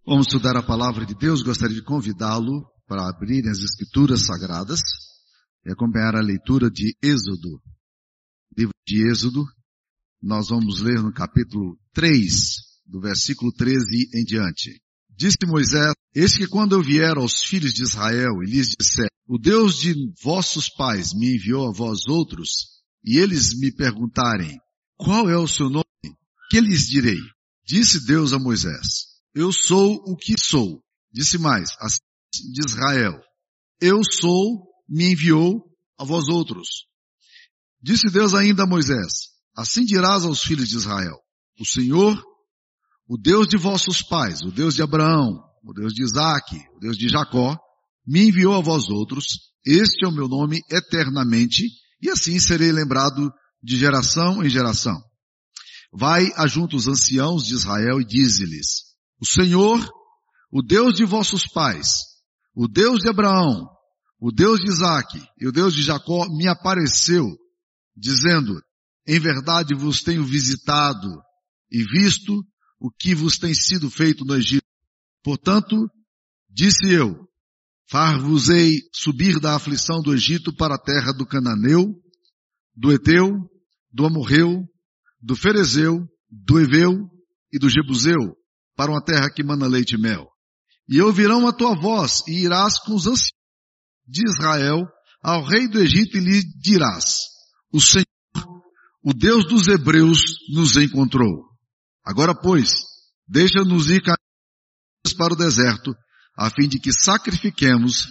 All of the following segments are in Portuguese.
Vamos estudar a palavra de Deus. Gostaria de convidá-lo para abrir as Escrituras Sagradas e acompanhar a leitura de Êxodo. Livro de Êxodo, nós vamos ler no capítulo 3, do versículo 13 em diante. Disse Moisés: eis que quando eu vier aos filhos de Israel e lhes disser, o Deus de vossos pais me enviou a vós outros, e eles me perguntarem, qual é o seu nome? Que lhes direi? Disse Deus a Moisés: eu sou o que sou. Disse mais, assim de Israel: eu sou, me enviou a vós outros. Disse Deus ainda a Moisés: assim dirás aos filhos de Israel: o Senhor, o Deus de vossos pais, o Deus de Abraão, o Deus de Isaque, o Deus de Jacó, me enviou a vós outros. Este é o meu nome eternamente, e assim serei lembrado de geração em geração. Vai ajunta os anciãos de Israel e dize-lhes: o Senhor, o Deus de vossos pais, o Deus de Abraão, o Deus de Isaque e o Deus de Jacó me apareceu, dizendo: em verdade vos tenho visitado e visto o que vos tem sido feito no Egito. Portanto, disse eu: far-vos-ei subir da aflição do Egito para a terra do Cananeu, do Eteu, do Amorreu, do Ferezeu, do Eveu e do Jebuseu, para uma terra que mana leite e mel. E ouvirão a tua voz, e irás com os anciãos de Israel ao rei do Egito, e lhe dirás: o Senhor, o Deus dos hebreus, nos encontrou. Agora, pois, deixa-nos ir para o deserto, a fim de que sacrifiquemos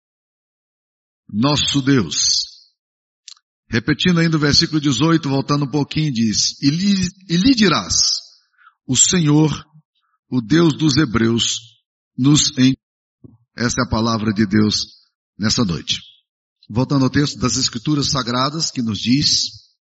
nosso Deus. Repetindo ainda o versículo 18, voltando um pouquinho, diz: e lhe dirás: o Senhor, o Deus dos hebreus, nos encontrou. Essa é a palavra de Deus nessa noite. Voltando ao texto das Escrituras Sagradas, que nos diz: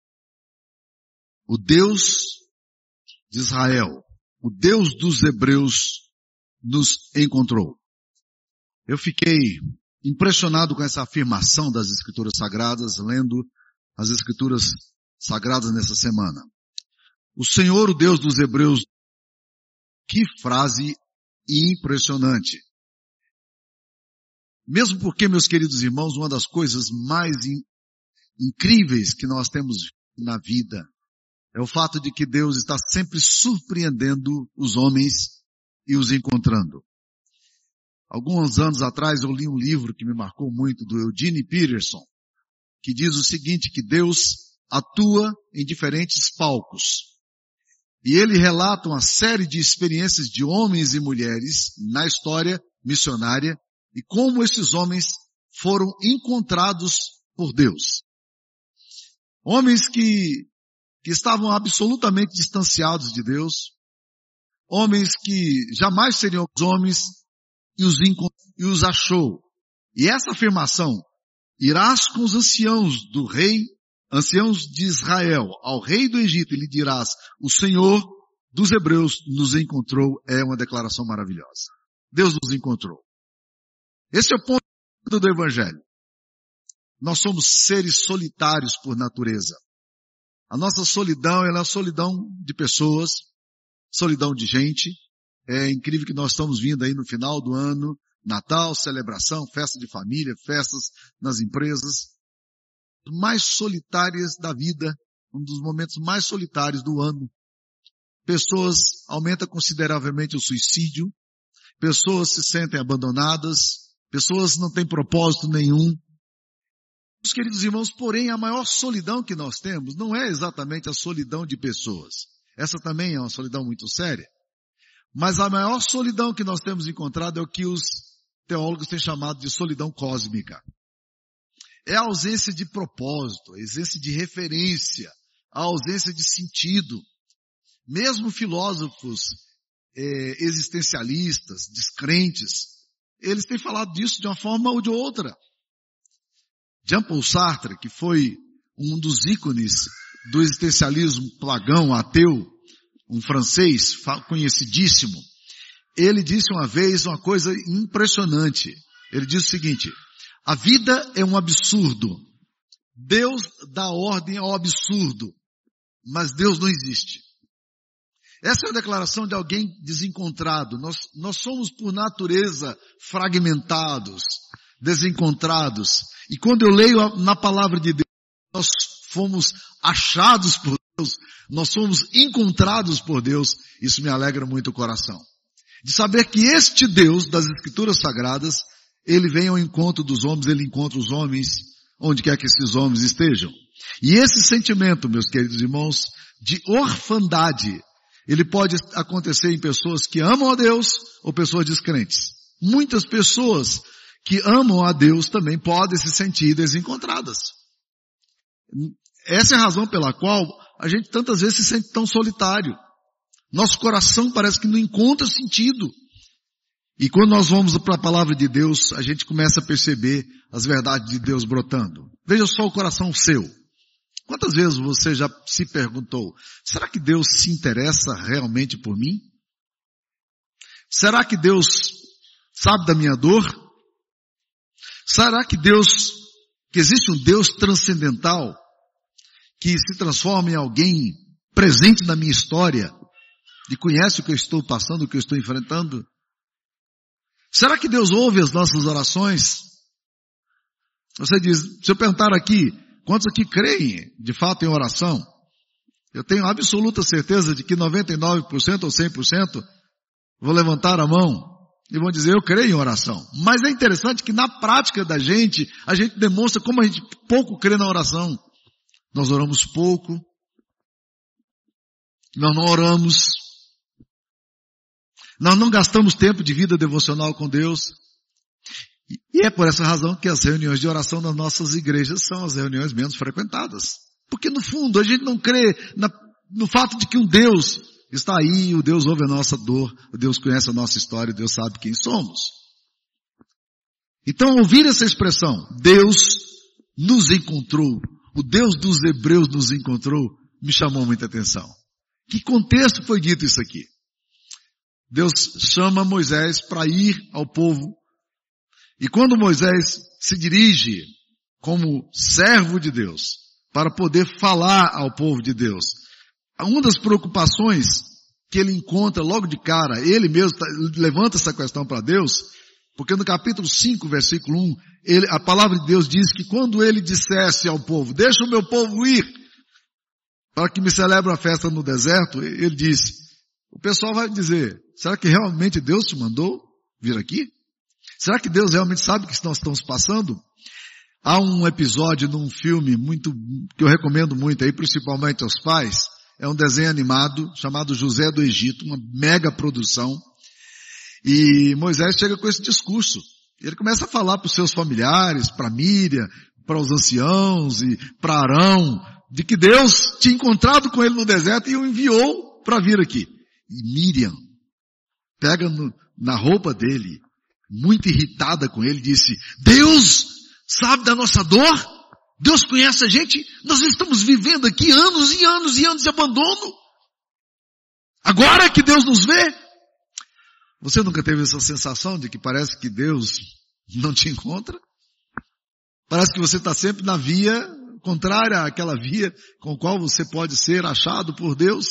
o Deus de Israel, o Deus dos hebreus, nos encontrou. Eu fiquei impressionado com essa afirmação das Escrituras Sagradas, lendo as Escrituras Sagradas nessa semana. O Senhor, o Deus dos hebreus. Que frase impressionante. Mesmo porque, meus queridos irmãos, uma das coisas mais incríveis que nós temos na vida é o fato de que Deus está sempre surpreendendo os homens e os encontrando. Alguns anos atrás eu li um livro que me marcou muito, do Eugene Peterson, que diz o seguinte, que Deus atua em diferentes palcos. E ele relata uma série de experiências de homens e mulheres na história missionária e como esses homens foram encontrados por Deus. Homens que estavam absolutamente distanciados de Deus, homens que jamais seriam os homens, e os achou. E essa afirmação: irás com os anciãos de Israel, ao rei do Egito, e lhe dirás: o Senhor dos hebreus nos encontrou, é uma declaração maravilhosa. Deus nos encontrou. Esse é o ponto do Evangelho. Nós somos seres solitários por natureza. A nossa solidão, ela é a solidão de pessoas, solidão de gente. É incrível que nós estamos vindo aí no final do ano, Natal, celebração, festa de família, festas nas empresas. Mais solitárias da vida, um dos momentos mais solitários do ano. Pessoas, aumenta consideravelmente o suicídio, pessoas se sentem abandonadas, pessoas não têm propósito nenhum. Meus queridos irmãos, porém, a maior solidão que nós temos não é exatamente a solidão de pessoas. Essa também é uma solidão muito séria. Mas a maior solidão que nós temos encontrado é o que os teólogos têm chamado de solidão cósmica. É a ausência de propósito, a ausência de referência, a ausência de sentido. Mesmo filósofos existencialistas, descrentes, eles têm falado disso de uma forma ou de outra. Jean-Paul Sartre, que foi um dos ícones do existencialismo pagão, ateu, um francês conhecidíssimo, ele disse uma vez uma coisa impressionante. Ele disse o seguinte: a vida é um absurdo. Deus dá ordem ao absurdo, mas Deus não existe. Essa é a declaração de alguém desencontrado. Nós somos por natureza fragmentados, desencontrados. E quando eu leio na palavra de Deus, nós fomos achados por Deus, nós fomos encontrados por Deus, isso me alegra muito o coração. De saber que este Deus das Escrituras Sagradas, Ele vem ao encontro dos homens, Ele encontra os homens, onde quer que esses homens estejam. E esse sentimento, meus queridos irmãos, de orfandade, ele pode acontecer em pessoas que amam a Deus ou pessoas descrentes. Muitas pessoas que amam a Deus também podem se sentir desencontradas. Essa é a razão pela qual a gente tantas vezes se sente tão solitário. Nosso coração parece que não encontra sentido. E quando nós vamos para a palavra de Deus, a gente começa a perceber as verdades de Deus brotando. Veja só o coração seu. Quantas vezes você já se perguntou, será que Deus se interessa realmente por mim? Será que Deus sabe da minha dor? Será que existe um Deus transcendental que se transforma em alguém presente na minha história e conhece o que eu estou passando, o que eu estou enfrentando? Será que Deus ouve as nossas orações? Você diz, se eu perguntar aqui, quantos aqui creem de fato em oração? Eu tenho absoluta certeza de que 99% ou 100% vão levantar a mão e vão dizer, eu creio em oração. Mas é interessante que na prática da gente, a gente demonstra como a gente pouco crê na oração. Nós oramos pouco, nós não oramos, nós não gastamos tempo de vida devocional com Deus. E é por essa razão que as reuniões de oração nas nossas igrejas são as reuniões menos frequentadas. Porque no fundo a gente não crê no fato de que um Deus está aí, o Deus ouve a nossa dor, o Deus conhece a nossa história, o Deus sabe quem somos. Então ouvir essa expressão, Deus nos encontrou, o Deus dos Hebreus nos encontrou, me chamou muita atenção. Que contexto foi dito isso aqui? Deus chama Moisés para ir ao povo. E quando Moisés se dirige como servo de Deus para poder falar ao povo de Deus, uma das preocupações que ele encontra logo de cara, ele mesmo levanta essa questão para Deus, porque no capítulo 5, versículo 1, a palavra de Deus diz que quando ele dissesse ao povo, deixa o meu povo ir, para que me celebre a festa no deserto, ele disse, o pessoal vai dizer, será que realmente Deus te mandou vir aqui? Será que Deus realmente sabe o que nós estamos passando? Há um episódio num filme que eu recomendo muito aí, principalmente aos pais, é um desenho animado chamado José do Egito, uma mega produção, e Moisés chega com esse discurso. Ele começa a falar para os seus familiares, para Míriam, para os anciãos e para Arão, de que Deus tinha encontrado com ele no deserto e o enviou para vir aqui. E Míriam pega na roupa dele, muito irritada com ele, disse, Deus sabe da nossa dor? Deus conhece a gente? Nós estamos vivendo aqui anos e anos e anos de abandono. Agora que Deus nos vê? Você nunca teve essa sensação de que parece que Deus não te encontra? Parece que você está sempre na via contrária àquela via com a qual você pode ser achado por Deus?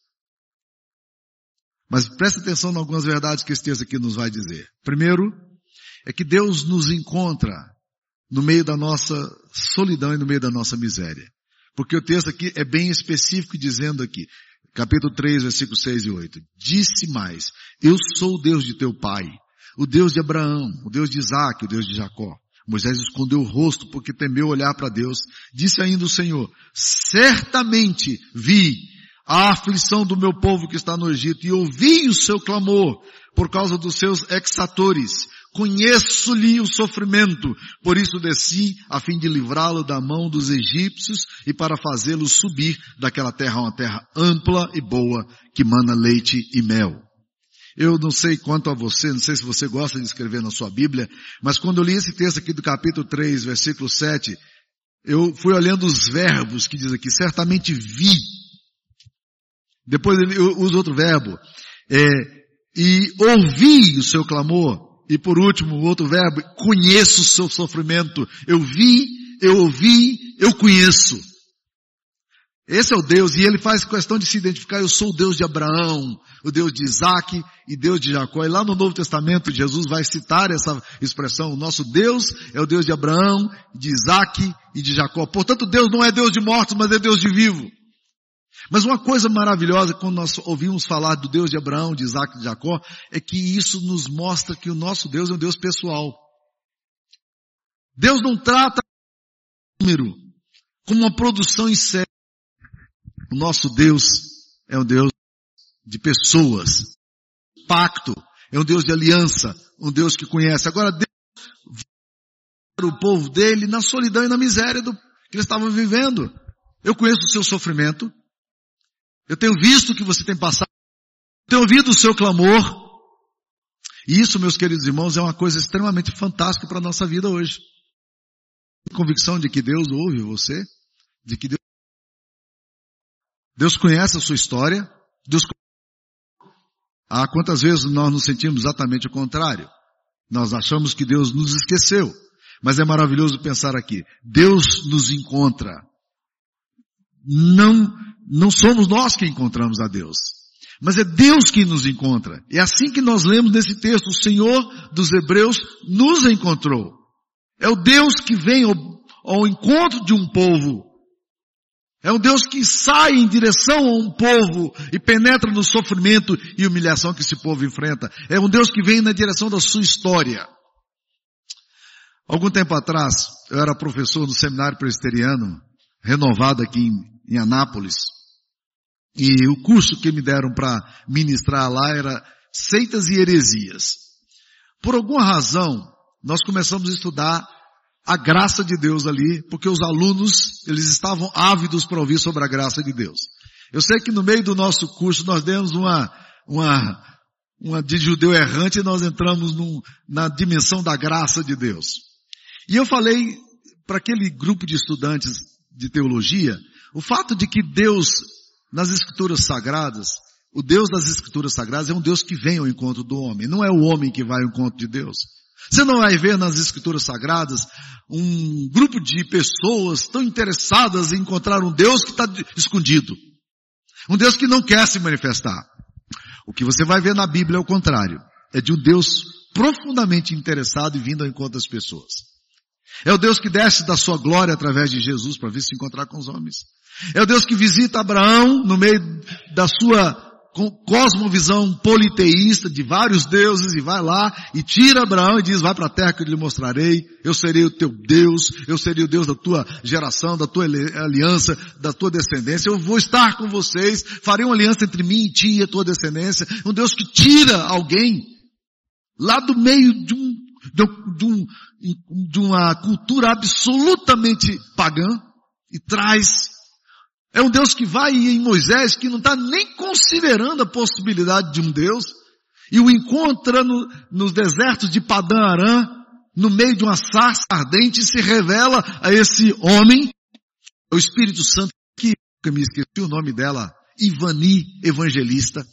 Mas preste atenção em algumas verdades que esse texto aqui nos vai dizer. Primeiro, é que Deus nos encontra no meio da nossa solidão e no meio da nossa miséria. Porque o texto aqui é bem específico dizendo aqui, capítulo 3, versículos 6 e 8. Disse mais, eu sou o Deus de teu pai, o Deus de Abraão, o Deus de Isaac, o Deus de Jacó. Moisés escondeu o rosto porque temeu olhar para Deus. Disse ainda o Senhor, certamente vi a aflição do meu povo que está no Egito e ouvi o seu clamor por causa dos seus exatores. Conheço-lhe o sofrimento, por isso desci a fim de livrá-lo da mão dos egípcios e para fazê-lo subir daquela terra a uma terra ampla e boa que mana leite e mel. Eu não sei quanto a você, não sei se você gosta de escrever na sua Bíblia, mas quando eu li esse texto aqui do capítulo 3, versículo 7, eu fui olhando os verbos que diz aqui, certamente vi. Depois ele usa outro verbo, e ouvi o seu clamor. E por último, o outro verbo, conheço o seu sofrimento. Eu vi, eu ouvi, eu conheço. Esse é o Deus, e ele faz questão de se identificar: eu sou o Deus de Abraão, o Deus de Isaac e Deus de Jacó. E lá no Novo Testamento, Jesus vai citar essa expressão: o nosso Deus é o Deus de Abraão, de Isaac e de Jacó. Portanto, Deus não é Deus de mortos, mas é Deus de vivo. Mas uma coisa maravilhosa, quando nós ouvimos falar do Deus de Abraão, de Isaac e de Jacó, é que isso nos mostra que o nosso Deus é um Deus pessoal. Deus não trata o número como uma produção em série. O nosso Deus é um Deus de pessoas, pacto, é um Deus de aliança, um Deus que conhece. Agora, Deus vai para o povo dele na solidão e na miséria que eles estavam vivendo. Eu conheço o seu sofrimento, eu tenho visto o que você tem passado, eu tenho ouvido o seu clamor, e isso, meus queridos irmãos, é uma coisa extremamente fantástica para a nossa vida hoje. A convicção de que Deus ouve você, de que Deus conhece a sua história. Quantas vezes nós nos sentimos exatamente o contrário? Nós achamos que Deus nos esqueceu. Mas é maravilhoso pensar aqui: Deus nos encontra. Não somos nós que encontramos a Deus, mas é Deus que nos encontra. É assim que nós lemos nesse texto: o Senhor dos Hebreus nos encontrou. É o Deus que vem ao encontro de um povo. É um Deus que sai em direção a um povo e penetra no sofrimento e humilhação que esse povo enfrenta. É um Deus que vem na direção da sua história. Algum tempo atrás, eu era professor no seminário presbiteriano, renovado aqui em Anápolis. E o curso que me deram para ministrar lá era Seitas e Heresias. Por alguma razão, nós começamos a estudar a graça de Deus ali, porque os alunos, eles estavam ávidos para ouvir sobre a graça de Deus. Eu sei que no meio do nosso curso nós demos uma de judeu errante e nós entramos na dimensão da graça de Deus. E eu falei para aquele grupo de estudantes de teologia, o fato de que Deus, nas Escrituras Sagradas, o Deus das Escrituras Sagradas é um Deus que vem ao encontro do homem, não é o homem que vai ao encontro de Deus. Você não vai ver nas Escrituras Sagradas um grupo de pessoas tão interessadas em encontrar um Deus que está escondido. Um Deus que não quer se manifestar. O que você vai ver na Bíblia é o contrário. É de um Deus profundamente interessado e vindo ao encontro das pessoas. É o Deus que desce da sua glória através de Jesus para vir se encontrar com os homens. É o Deus que visita Abraão no meio da sua cosmovisão politeísta de vários deuses e vai lá e tira Abraão e diz: vai para a terra que eu lhe mostrarei, eu serei o teu Deus, eu serei o Deus da tua geração, da tua aliança, da tua descendência, eu vou estar com vocês, farei uma aliança entre mim e ti e a tua descendência. Um Deus que tira alguém lá do meio de uma cultura absolutamente pagã e traz. É um Deus que vai em Moisés, que não está nem considerando a possibilidade de um Deus, e o encontra nos desertos de Padã Arã, no meio de uma sarça ardente, e se revela a esse homem, o Espírito Santo, que me esqueci o nome dela, Ivani Evangelista.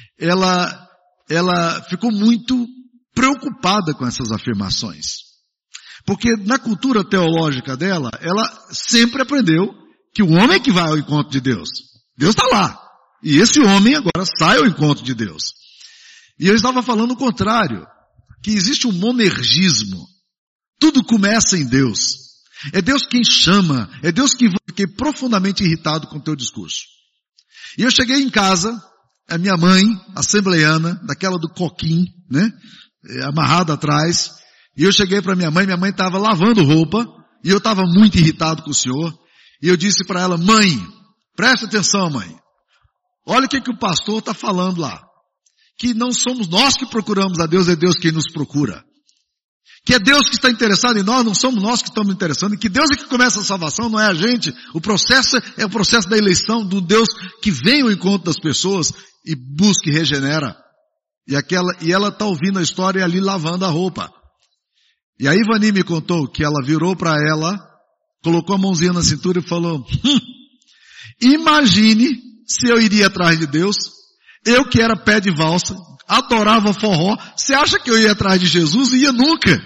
Ela ficou muito preocupada com essas afirmações. Porque na cultura teológica dela, ela sempre aprendeu que o homem é que vai ao encontro de Deus. Deus está lá. E esse homem agora sai ao encontro de Deus. E eu estava falando o contrário. Que existe um monergismo. Tudo começa em Deus. É Deus quem chama. É Deus que fiquei profundamente irritado com o teu discurso. E eu cheguei em casa, a minha mãe, assembleiana, daquela do coquim, né? Amarrada atrás. E eu cheguei para minha mãe estava lavando roupa. E eu estava muito irritado com o senhor. E eu disse para ela: mãe, presta atenção, mãe. Olha o que o pastor está falando lá. Que não somos nós que procuramos a Deus, é Deus quem nos procura. Que é Deus que está interessado em nós, não somos nós que estamos interessando. E que Deus é que começa a salvação, não é a gente. O processo é o processo da eleição do Deus que vem ao encontro das pessoas e busca e regenera. E ela está ouvindo a história ali lavando a roupa. E a Ivani me contou que ela virou para ela, colocou a mãozinha na cintura e falou: imagine se eu iria atrás de Deus, eu que era pé de valsa, adorava forró, você acha que eu ia atrás de Jesus? Ia nunca.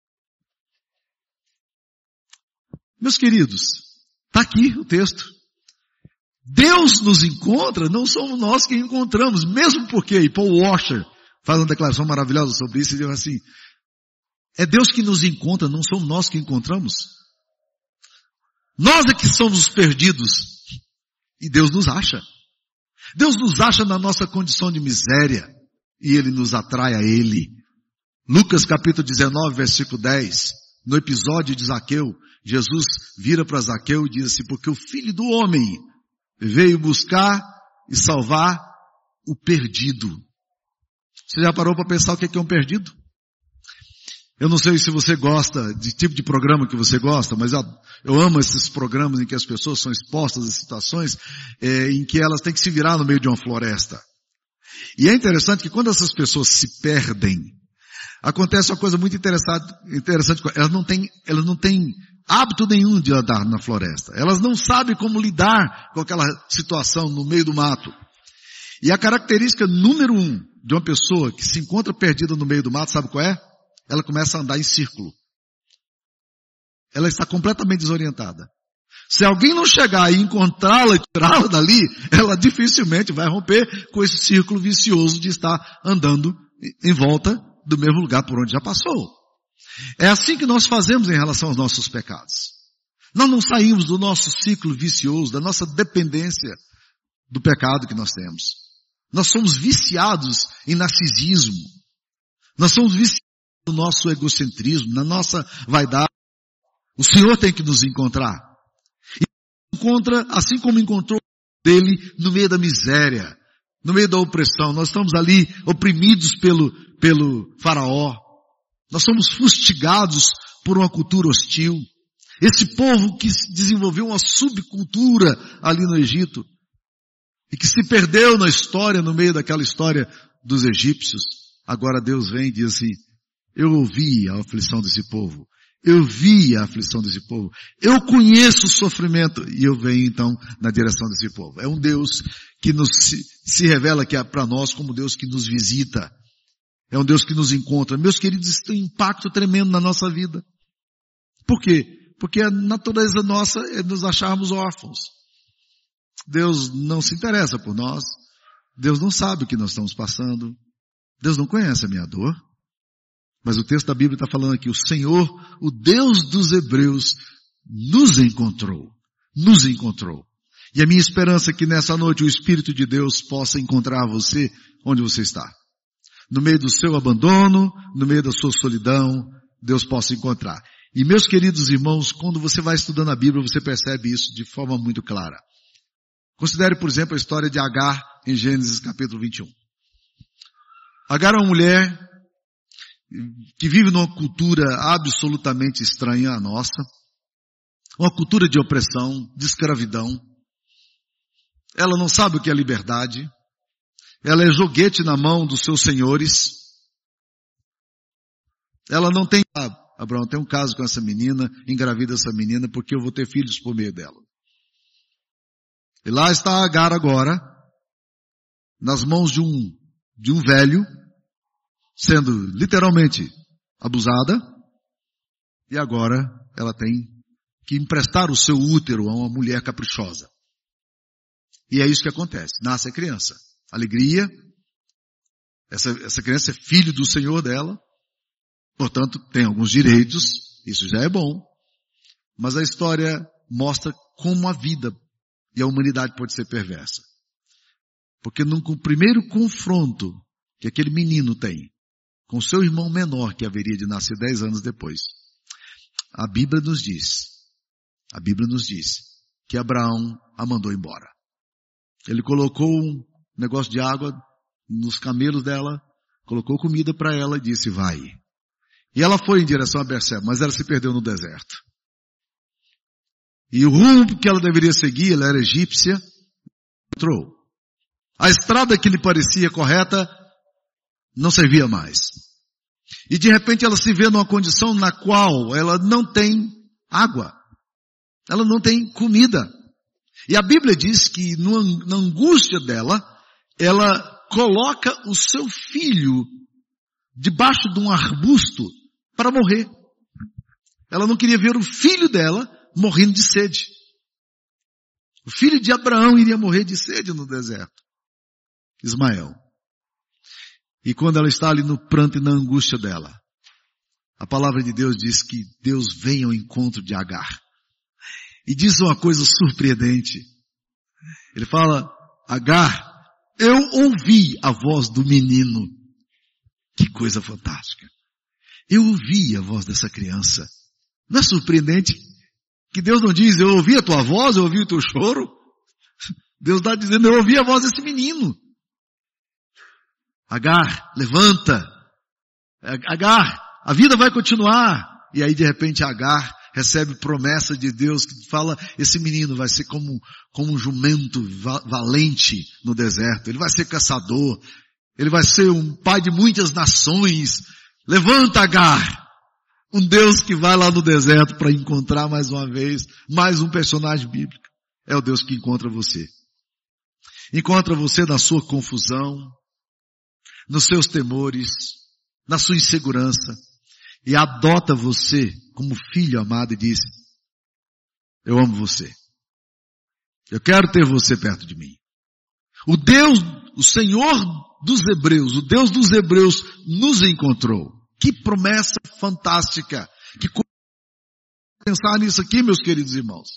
Meus queridos, está aqui o texto. Deus nos encontra, não somos nós que encontramos, mesmo porque, e Paul Washer faz uma declaração maravilhosa sobre isso, e diz assim, é Deus que nos encontra, não somos nós que encontramos. Nós é que somos os perdidos, e Deus nos acha. Deus nos acha na nossa condição de miséria, e Ele nos atrai a Ele. Lucas capítulo 19, versículo 10, no episódio de Zaqueu, Jesus vira para Zaqueu e diz assim, porque o Filho do Homem veio buscar e salvar o perdido. Você já parou para pensar o que é um perdido? Eu não sei se você gosta de tipo de programa que você gosta, mas eu amo esses programas em que as pessoas são expostas a situações em que elas têm que se virar no meio de uma floresta. E é interessante que quando essas pessoas se perdem, acontece uma coisa muito interessante. Elas não têm hábito nenhum de andar na floresta. Elas não sabem como lidar com aquela situação no meio do mato. E a característica número 1 de uma pessoa que se encontra perdida no meio do mato, sabe qual é? Ela começa a andar em círculo. Ela está completamente desorientada. Se alguém não chegar e encontrá-la e tirá-la dali, ela dificilmente vai romper com esse círculo vicioso de estar andando em volta do mesmo lugar por onde já passou. É assim que nós fazemos em relação aos nossos pecados. Nós não saímos do nosso ciclo vicioso, da nossa dependência do pecado que nós temos. Nós somos viciados em narcisismo. Nós somos viciados no nosso egocentrismo, na nossa vaidade. O Senhor tem que nos encontrar. E encontra, assim como encontrou dele no meio da miséria, no meio da opressão. Nós estamos ali oprimidos pelo faraó. Nós somos fustigados por uma cultura hostil. Esse povo que desenvolveu uma subcultura ali no Egito e que se perdeu na história, no meio daquela história dos egípcios. Agora Deus vem e diz assim, eu ouvi a aflição desse povo. Eu vi a aflição desse povo. Eu conheço o sofrimento. E eu venho então na direção desse povo. É um Deus que se revela aqui para nós como Deus que nos visita. É um Deus que nos encontra. Meus queridos, isso tem um impacto tremendo na nossa vida. Por quê? Porque a natureza nossa é nos acharmos órfãos. Deus não se interessa por nós. Deus não sabe o que nós estamos passando. Deus não conhece a minha dor. Mas o texto da Bíblia está falando aqui, o Senhor, o Deus dos Hebreus, nos encontrou. Nos encontrou. E a minha esperança é que nessa noite o Espírito de Deus possa encontrar você onde você está. No meio do seu abandono, no meio da sua solidão, Deus possa encontrar. E meus queridos irmãos, quando você vai estudando a Bíblia, você percebe isso de forma muito clara. Considere, por exemplo, a história de Agar em Gênesis capítulo 21. Agar é uma mulher que vive numa cultura absolutamente estranha à nossa, uma cultura de opressão, de escravidão. Ela não sabe o que é liberdade. Ela é joguete na mão dos seus senhores. Ela não tem, Abraão, tem um caso com essa menina, engravida essa menina, porque eu vou ter filhos por meio dela. E lá está Agar agora, nas mãos de um velho, sendo literalmente abusada, e agora ela tem que emprestar o seu útero a uma mulher caprichosa. E é isso que acontece. Nasce a criança. Alegria. Essa criança é filho do Senhor dela. Portanto, tem alguns direitos. Isso já é bom. Mas a história mostra como a vida e a humanidade pode ser perversa. Porque no primeiro confronto que aquele menino tem com seu irmão menor, que haveria de nascer 10 anos depois, a Bíblia nos diz que Abraão a mandou embora. Ele colocou um negócio de água nos camelos dela, colocou comida para ela e disse, vai. E ela foi em direção a Berseba, mas ela se perdeu no deserto. E o rumo que ela deveria seguir, ela era egípcia, entrou. A estrada que lhe parecia correta não servia mais. E de repente ela se vê numa condição na qual ela não tem água. Ela não tem comida. E a Bíblia diz que na angústia dela, ela coloca o seu filho debaixo de um arbusto para morrer. Ela não queria ver o filho dela morrendo de sede. O filho de Abraão iria morrer de sede no deserto. Ismael. E quando ela está ali no pranto e na angústia dela, a palavra de Deus diz que Deus vem ao encontro de Agar. E diz uma coisa surpreendente. Ele fala, Agar, eu ouvi a voz do menino. Que coisa fantástica. Eu ouvi a voz dessa criança. Não é surpreendente que Deus não diz, eu ouvi a tua voz, eu ouvi o teu choro? Deus está dizendo, eu ouvi a voz desse menino. Agar, levanta. Agar, a vida vai continuar. E aí de repente Agar recebe promessa de Deus que fala, esse menino vai ser como um jumento valente no deserto. Ele vai ser caçador. Ele vai ser um pai de muitas nações. Levanta, Agar. Um Deus que vai lá no deserto para encontrar mais uma vez, mais um personagem bíblico. É o Deus que encontra você. Encontra você na sua confusão, nos seus temores, na sua insegurança, e adota você como filho amado e diz, eu amo você. Eu quero ter você perto de mim. O Deus, o Senhor dos Hebreus, o Deus dos Hebreus nos encontrou. Que promessa fantástica. Que coisa pensar nisso aqui, meus queridos irmãos.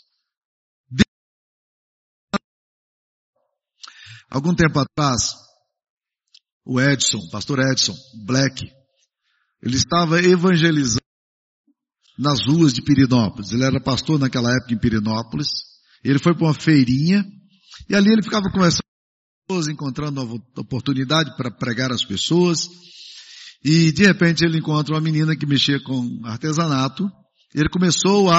Algum tempo atrás, o pastor Edson Black, ele estava evangelizando nas ruas de Pirenópolis. Ele era pastor naquela época em Pirenópolis. Ele foi para uma feirinha e ali ele ficava conversando com as pessoas, encontrando uma oportunidade para pregar às pessoas. E de repente ele encontra uma menina que mexia com artesanato. Ele começou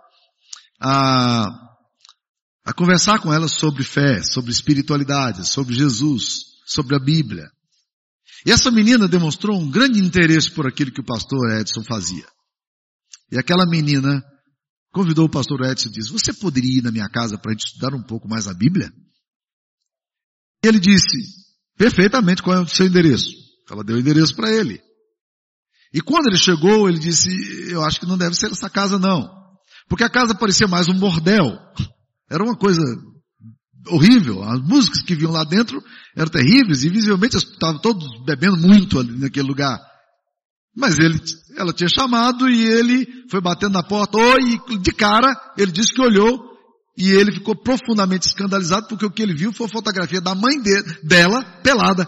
a conversar com ela sobre fé, sobre espiritualidade, sobre Jesus, sobre a Bíblia. E essa menina demonstrou um grande interesse por aquilo que o pastor Edson fazia. E aquela menina convidou o pastor Edson e disse, você poderia ir na minha casa para a gente estudar um pouco mais a Bíblia? E ele disse, perfeitamente, qual é o seu endereço? Ela deu o endereço para ele. E quando ele chegou, ele disse, eu acho que não deve ser essa casa não. Porque a casa parecia mais um bordel. Era uma coisa horrível. As músicas que vinham lá dentro eram terríveis e visivelmente estavam todos bebendo muito ali naquele lugar. Mas ela tinha chamado e ele foi batendo na porta. E de cara, ele disse que olhou e ele ficou profundamente escandalizado porque o que ele viu foi a fotografia da mãe dela pelada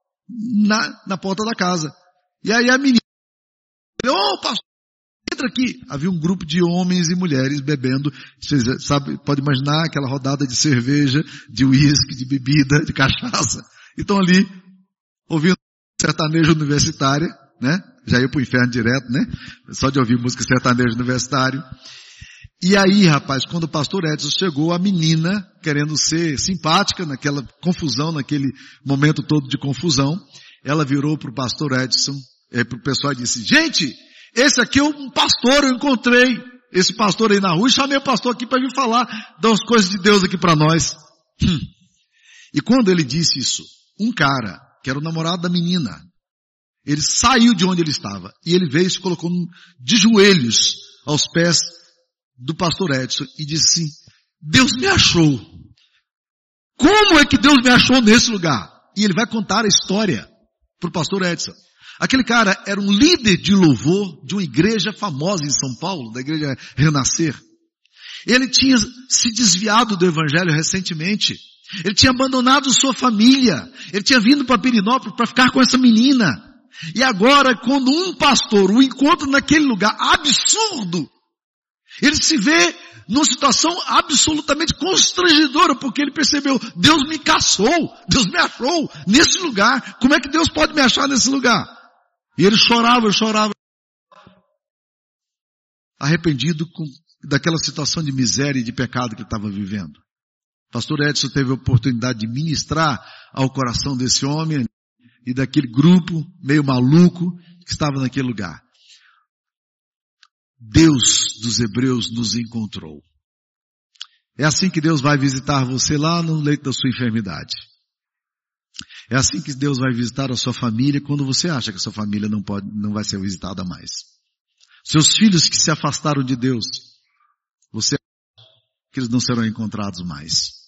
na porta da casa. E aí a menina, pastor, entra aqui. Havia um grupo de homens e mulheres bebendo, vocês sabem, pode imaginar aquela rodada de cerveja, de uísque, de bebida, de cachaça. Então ali, ouvindo sertanejo universitária, né? Já ia pro inferno direto, né? Só de ouvir música sertanejo universitário. E aí, rapaz, quando o pastor Edson chegou, a menina, querendo ser simpática naquela confusão, naquele momento todo de confusão, ela virou pro pastor Edson, pro pessoal e disse, gente, esse aqui é um pastor, eu encontrei esse pastor aí na rua e chamei o pastor aqui para vir falar das coisas de Deus aqui para nós. E quando ele disse isso, um cara, que era o namorado da menina, ele saiu de onde ele estava e ele veio e se colocou de joelhos aos pés do pastor Edson e disse assim, Deus me achou. Como é que Deus me achou nesse lugar? E ele vai contar a história para o pastor Edson. Aquele cara era um líder de louvor de uma igreja famosa em São Paulo, da igreja Renascer. Ele tinha se desviado do evangelho recentemente. Ele tinha abandonado sua família. Ele tinha vindo para Pirenópolis para ficar com essa menina. E agora, quando um pastor o encontra naquele lugar absurdo, ele se vê numa situação absolutamente constrangedora, porque ele percebeu, Deus me caçou, Deus me achou nesse lugar. Como é que Deus pode me achar nesse lugar? E ele chorava, arrependido daquela situação de miséria e de pecado que ele estava vivendo. O pastor Edson teve a oportunidade de ministrar ao coração desse homem e daquele grupo meio maluco que estava naquele lugar. Deus dos Hebreus nos encontrou. É assim que Deus vai visitar você lá no leito da sua enfermidade. É assim que Deus vai visitar a sua família quando você acha que a sua família não vai ser visitada mais. Seus filhos que se afastaram de Deus, você acha que eles não serão encontrados mais.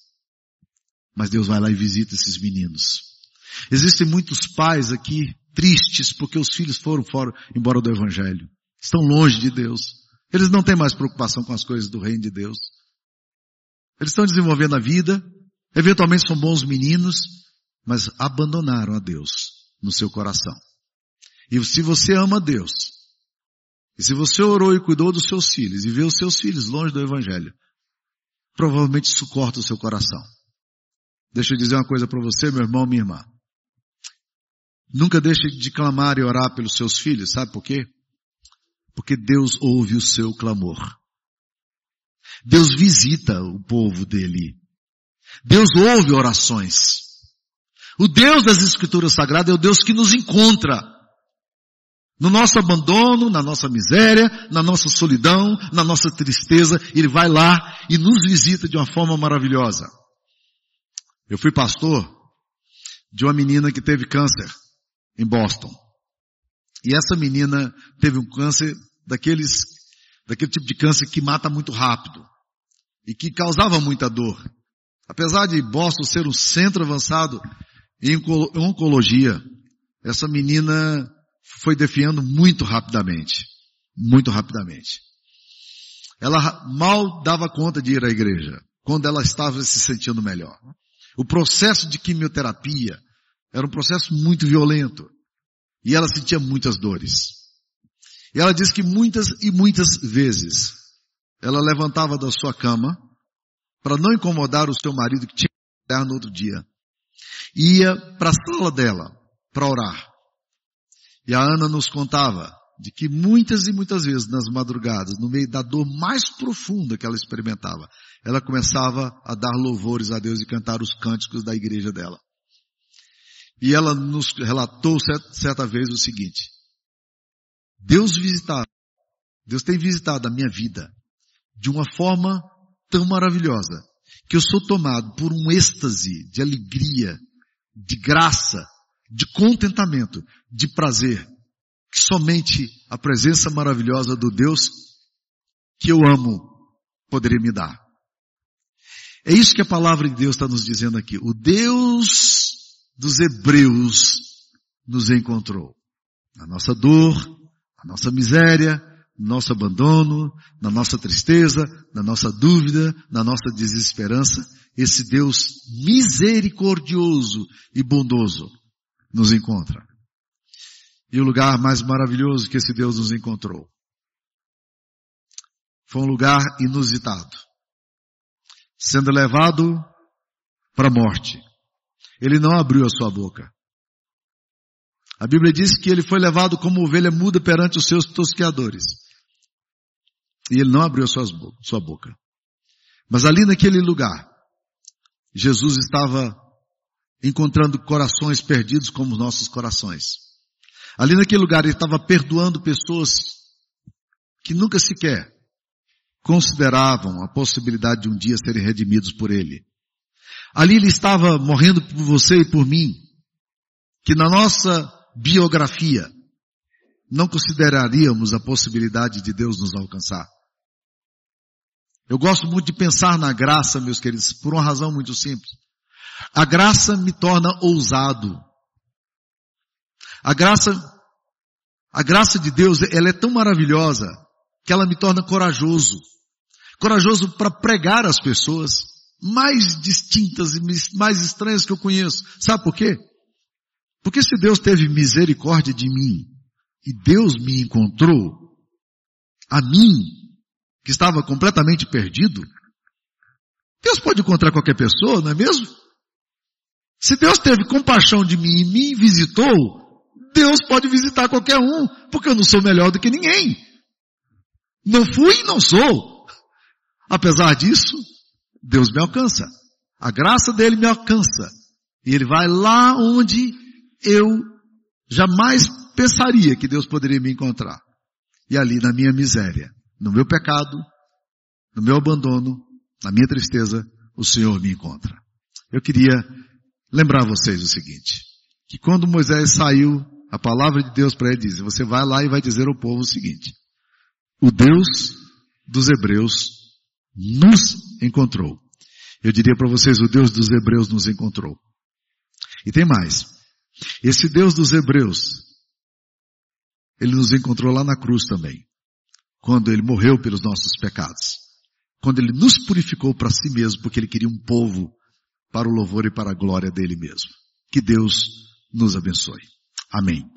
Mas Deus vai lá e visita esses meninos. Existem muitos pais aqui tristes porque os filhos foram embora do Evangelho. Estão longe de Deus. Eles não têm mais preocupação com as coisas do reino de Deus. Eles estão desenvolvendo a vida, eventualmente são bons meninos, mas abandonaram a Deus no seu coração. E se você ama Deus, e se você orou e cuidou dos seus filhos, e vê os seus filhos longe do Evangelho, provavelmente isso corta o seu coração. Deixa eu dizer uma coisa para você, meu irmão, minha irmã. Nunca deixe de clamar e orar pelos seus filhos, sabe por quê? Porque Deus ouve o seu clamor. Deus visita o povo dele. Deus ouve orações. O Deus das Escrituras Sagradas é o Deus que nos encontra. No nosso abandono, na nossa miséria, na nossa solidão, na nossa tristeza, Ele vai lá e nos visita de uma forma maravilhosa. Eu fui pastor de uma menina que teve câncer em Boston. E essa menina teve um câncer daquele tipo de câncer que mata muito rápido e que causava muita dor. Apesar de Boston ser um centro avançado em oncologia, essa menina foi definhando muito rapidamente. Muito rapidamente. Ela mal dava conta de ir à igreja quando ela estava se sentindo melhor. O processo de quimioterapia era um processo muito violento. E ela sentia muitas dores. E ela disse que muitas e muitas vezes ela levantava da sua cama para não incomodar o seu marido que tinha que trabalhar no outro dia. Ia para a sala dela para orar. E a Ana nos contava de que muitas e muitas vezes nas madrugadas, no meio da dor mais profunda que ela experimentava, ela começava a dar louvores a Deus e cantar os cânticos da igreja dela. E ela nos relatou certa vez o seguinte: Deus tem visitado a minha vida de uma forma tão maravilhosa que eu sou tomado por um êxtase de alegria, de graça, de contentamento, de prazer, que somente a presença maravilhosa do Deus que eu amo poderia me dar. É isso que a palavra de Deus está nos dizendo aqui. O Deus dos Hebreus nos encontrou. Na nossa dor, na nossa miséria, no nosso abandono, na nossa tristeza, na nossa dúvida, na nossa desesperança, esse Deus misericordioso e bondoso nos encontra. E o lugar mais maravilhoso que esse Deus nos encontrou foi um lugar inusitado. Sendo levado para a morte. Ele não abriu a sua boca. A Bíblia diz que ele foi levado como ovelha muda perante os seus tosqueadores. E ele não abriu a sua boca. Mas ali naquele lugar, Jesus estava encontrando corações perdidos como os nossos corações. Ali naquele lugar ele estava perdoando pessoas que nunca sequer consideravam a possibilidade de um dia serem redimidos por ele. Ali ele estava morrendo por você e por mim, que na nossa biografia não consideraríamos a possibilidade de Deus nos alcançar. Eu gosto muito de pensar na graça, meus queridos, por uma razão muito simples. A graça me torna ousado. A graça de Deus, ela é tão maravilhosa que ela me torna corajoso. Corajoso para pregar às pessoas mais distintas e mais estranhas que eu conheço. Sabe por quê? Porque se Deus teve misericórdia de mim e Deus me encontrou, a mim, que estava completamente perdido, Deus pode encontrar qualquer pessoa, não é mesmo? Se Deus teve compaixão de mim e me visitou, Deus pode visitar qualquer um, porque eu não sou melhor do que ninguém. Não fui e não sou. Apesar disso, Deus me alcança. A graça dele me alcança. E ele vai lá onde eu jamais pensaria que Deus poderia me encontrar. E ali na minha miséria, no meu pecado, no meu abandono, na minha tristeza, o Senhor me encontra. Eu queria lembrar vocês o seguinte, que quando Moisés saiu, a palavra de Deus para ele diz, você vai lá e vai dizer ao povo o seguinte, o Deus dos Hebreus nos encontrou. Eu diria para vocês, o Deus dos Hebreus nos encontrou. E tem mais. Esse Deus dos Hebreus, Ele nos encontrou lá na cruz também. Quando Ele morreu pelos nossos pecados. Quando Ele nos purificou para si mesmo, porque Ele queria um povo para o louvor e para a glória dEle mesmo. Que Deus nos abençoe. Amém.